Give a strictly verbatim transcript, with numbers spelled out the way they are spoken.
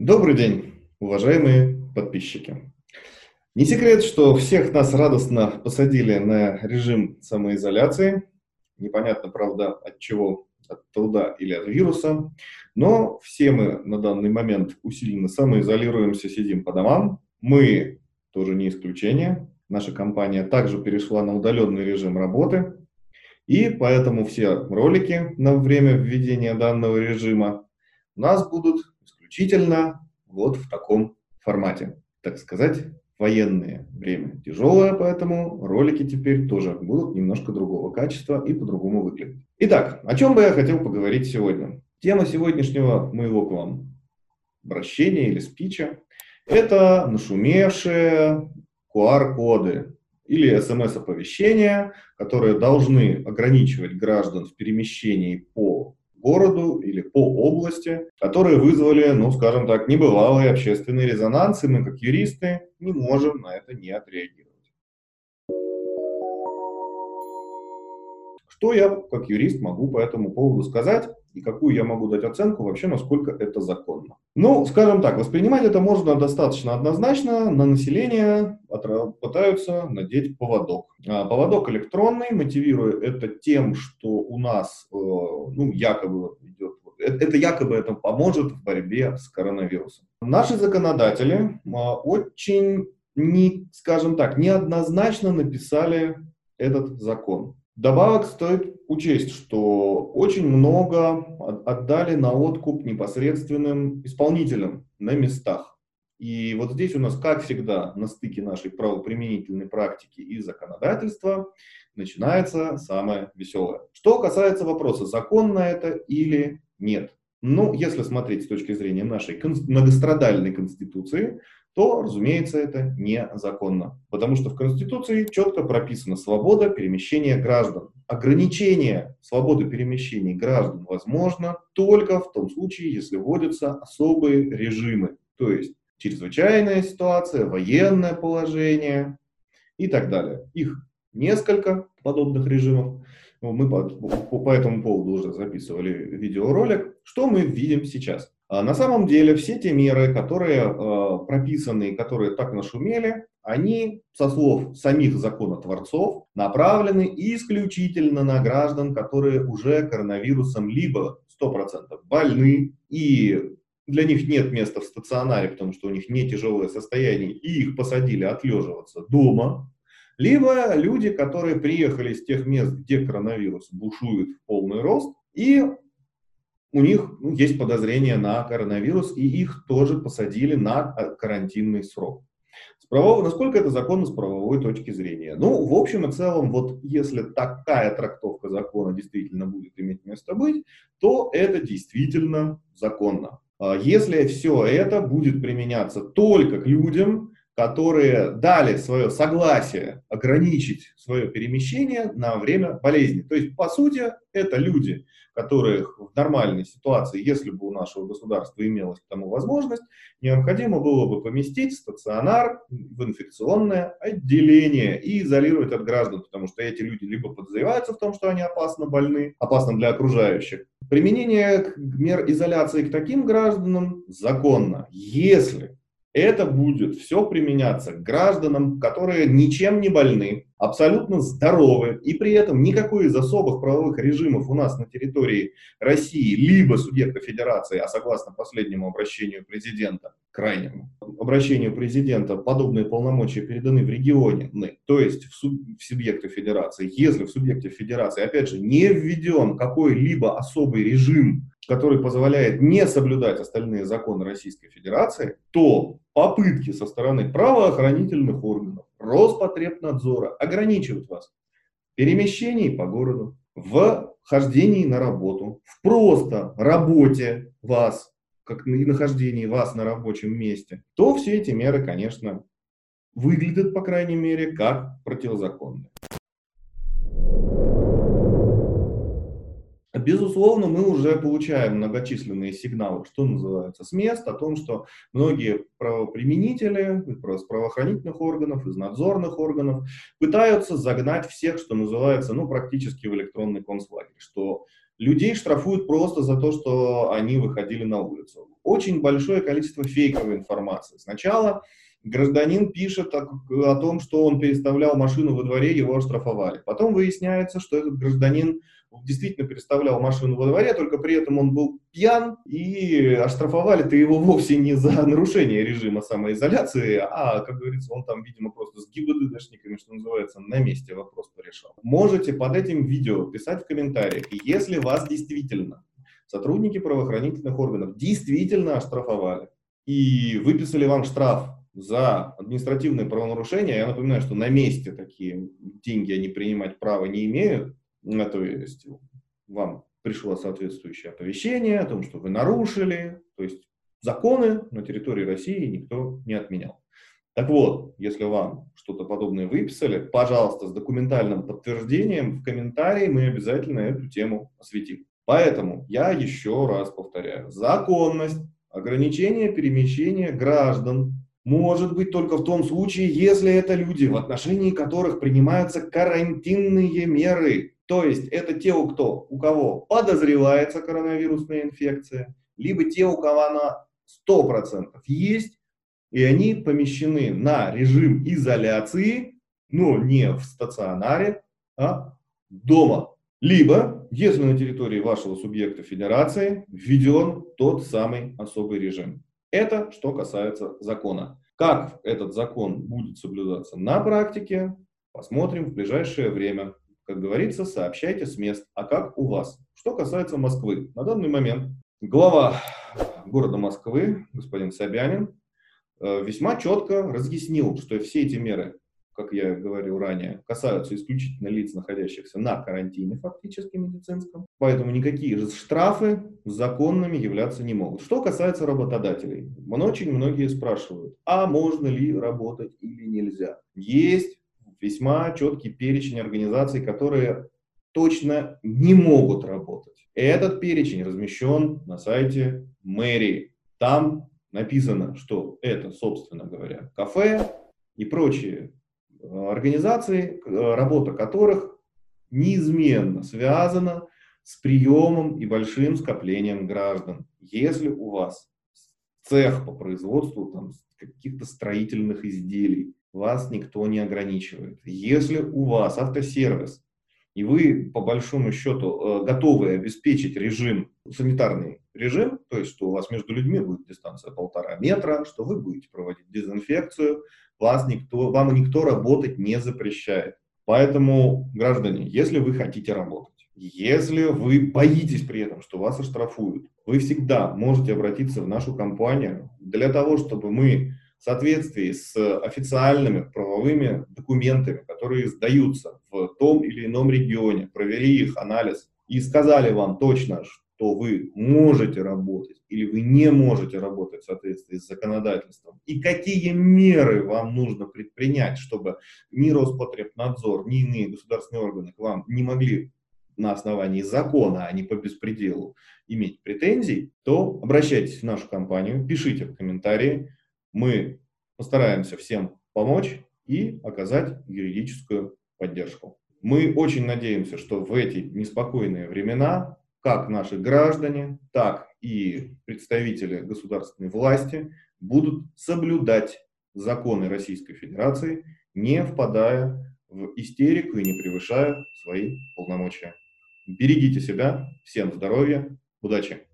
Добрый день, уважаемые подписчики. Не секрет, что всех нас радостно посадили на режим самоизоляции. Непонятно, правда, от чего, от труда или от вируса. Но все мы на данный момент усиленно самоизолируемся, сидим по домам. Мы тоже не исключение. Наша компания также перешла на удаленный режим работы. И поэтому все ролики на время введения данного режима у нас будут исключительно вот в таком формате. Так сказать, военное время тяжелое, поэтому ролики теперь тоже будут немножко другого качества и по-другому выглядеть. Итак, о чем бы я хотел поговорить сегодня? Тема сегодняшнего моего к вам обращения или спича – это нашумевшие ку ар-коды или эс эм эс-оповещения, которые должны ограничивать граждан в перемещении по городу или по области, которые вызвали, ну, скажем так, небывалый общественный резонанс, и мы, как юристы, не можем на это не отреагировать. Что я, как юрист, могу по этому поводу сказать и какую я могу дать оценку вообще, насколько это законно? Ну, скажем так, воспринимать это можно достаточно однозначно. На население пытаются надеть поводок. А поводок электронный, мотивируя это тем, что у нас, э, ну, якобы идет, это якобы это поможет в борьбе с коронавирусом. Наши законодатели э, очень, не, скажем так, неоднозначно написали этот закон. Добавок стоит учесть, что очень много отдали на откуп непосредственным исполнителям на местах. И вот здесь у нас, как всегда, на стыке нашей правоприменительной практики и законодательства начинается самое веселое. Что касается вопроса, законно это или нет. Ну, если смотреть с точки зрения нашей многострадальной конституции, то, разумеется, это незаконно. Потому что в Конституции четко прописана свобода перемещения граждан. Ограничение свободы перемещения граждан возможно только в том случае, если вводятся особые режимы. То есть чрезвычайная ситуация, военное положение и так далее. Их несколько подобных режимов. Мы по, по, по этому поводу уже записывали видеоролик. Что мы видим сейчас? А на самом деле все те меры, которые э, прописаны, которые так нашумели, они, со слов самих законотворцов, направлены исключительно на граждан, которые уже коронавирусом либо сто процентов больны, и для них нет места в стационаре, потому что у них не тяжелое состояние, и их посадили отлеживаться дома, либо люди, которые приехали из тех мест, где коронавирус бушует в полный рост, и у них, ну, есть подозрение на коронавирус, и их тоже посадили на карантинный срок. С правовой, насколько это законно с правовой точки зрения? Ну, в общем и целом, вот если такая трактовка закона действительно будет иметь место быть, то это действительно законно. Если все это будет применяться только к людям, которые дали свое согласие ограничить свое перемещение на время болезни. То есть, по сути, это люди, которых в нормальной ситуации, если бы у нашего государства имелась к тому возможность, необходимо было бы поместить в стационар, в инфекционное отделение и изолировать от граждан, потому что эти люди либо подозреваются в том, что они опасно больны, опасно для окружающих. Применение мер изоляции к таким гражданам законно, если это будет все применяться к гражданам, которые ничем не больны, абсолютно здоровы, и при этом никакой из особых правовых режимов у нас на территории России, либо субъекта федерации, а согласно последнему обращению президента, крайнему обращению президента, подобные полномочия переданы в регионе, то есть в, суб, в субъекты федерации. Если в субъекте федерации, опять же, не введен какой-либо особый режим, который позволяет не соблюдать остальные законы Российской Федерации, то попытки со стороны правоохранительных органов, Роспотребнадзора ограничивать вас в перемещении по городу, в хождении на работу, в просто работе вас, как и нахождении вас на рабочем месте, то все эти меры, конечно, выглядят, по крайней мере, как противозаконные. Безусловно, мы уже получаем многочисленные сигналы, что называется, с мест, о том, что многие правоприменители из правоохранительных органов, из надзорных органов пытаются загнать всех, что называется, ну, практически в электронный концлагерь, что людей штрафуют просто за то, что они выходили на улицу. очень большое количество фейковой информации. Сначала гражданин пишет о, о том, что он переставлял машину во дворе, его оштрафовали. Потом выясняется, что этот гражданин действительно переставлял машину во дворе, только при этом он был пьян, и оштрафовали-то его вовсе не за нарушение режима самоизоляции, а, как говорится, он там, видимо, просто с ГИБДДшниками, что называется, на месте вопрос порешал. Можете под этим видео писать в комментариях, и если вас действительно сотрудники правоохранительных органов действительно оштрафовали и выписали вам штраф за административное правонарушение, я напоминаю, что на месте такие деньги они принимать права не имеют, то есть вам пришло соответствующее оповещение о том, что вы нарушили, то есть законы на территории России никто не отменял. Так вот, если вам что-то подобное выписали, пожалуйста, с документальным подтверждением в комментарии мы обязательно эту тему осветим. Поэтому я еще раз повторяю, законность ограничения перемещения граждан может быть только в том случае, если это люди, в отношении которых принимаются карантинные меры. То есть это те, у, кто, у кого подозревается коронавирусная инфекция, либо те, у кого она сто процентов есть, и они помещены на режим изоляции, но не в стационаре, а дома. Либо, если на территории вашего субъекта федерации введен тот самый особый режим. Это что касается закона. Как этот закон будет соблюдаться на практике, посмотрим в ближайшее время. Как говорится, сообщайте с мест. А как у вас? Что касается Москвы. На данный момент глава города Москвы, господин Собянин, весьма четко разъяснил, что все эти меры, как я говорил ранее, касаются исключительно лиц, находящихся на карантине фактически медицинском. Поэтому никакие же штрафы законными являться не могут. Что касается работодателей. Очень многие спрашивают, а можно ли работать или нельзя. Есть весьма четкий перечень организаций, которые точно не могут работать. Этот перечень размещен на сайте мэрии. Там написано, что это, собственно говоря, кафе и прочие организации, работа которых неизменно связана с приемом и большим скоплением граждан. Если у вас цех по производству там, каких-то строительных изделий, вас никто не ограничивает. Если у вас автосервис, и вы, по большому счету, готовы обеспечить режим, санитарный режим, то есть, что у вас между людьми будет дистанция полтора метра, что вы будете проводить дезинфекцию, вас никто, вам никто работать не запрещает. Поэтому, граждане, если вы хотите работать, если вы боитесь при этом, что вас оштрафуют, вы всегда можете обратиться в нашу компанию для того, чтобы мы в соответствии с официальными правовыми документами, которые сдаются в том или ином регионе, провели их анализ и сказали вам точно, что вы можете работать или вы не можете работать в соответствии с законодательством, и какие меры вам нужно предпринять, чтобы ни Роспотребнадзор, ни иные государственные органы к вам не могли на основании закона, а не по беспределу, иметь претензий, то обращайтесь в нашу компанию, пишите в комментарии. Мы постараемся всем помочь и оказать юридическую поддержку. Мы очень надеемся, что в эти неспокойные времена как наши граждане, так и представители государственной власти будут соблюдать законы Российской Федерации, не впадая в истерику и не превышая свои полномочия. Берегите себя, всем здоровья, удачи!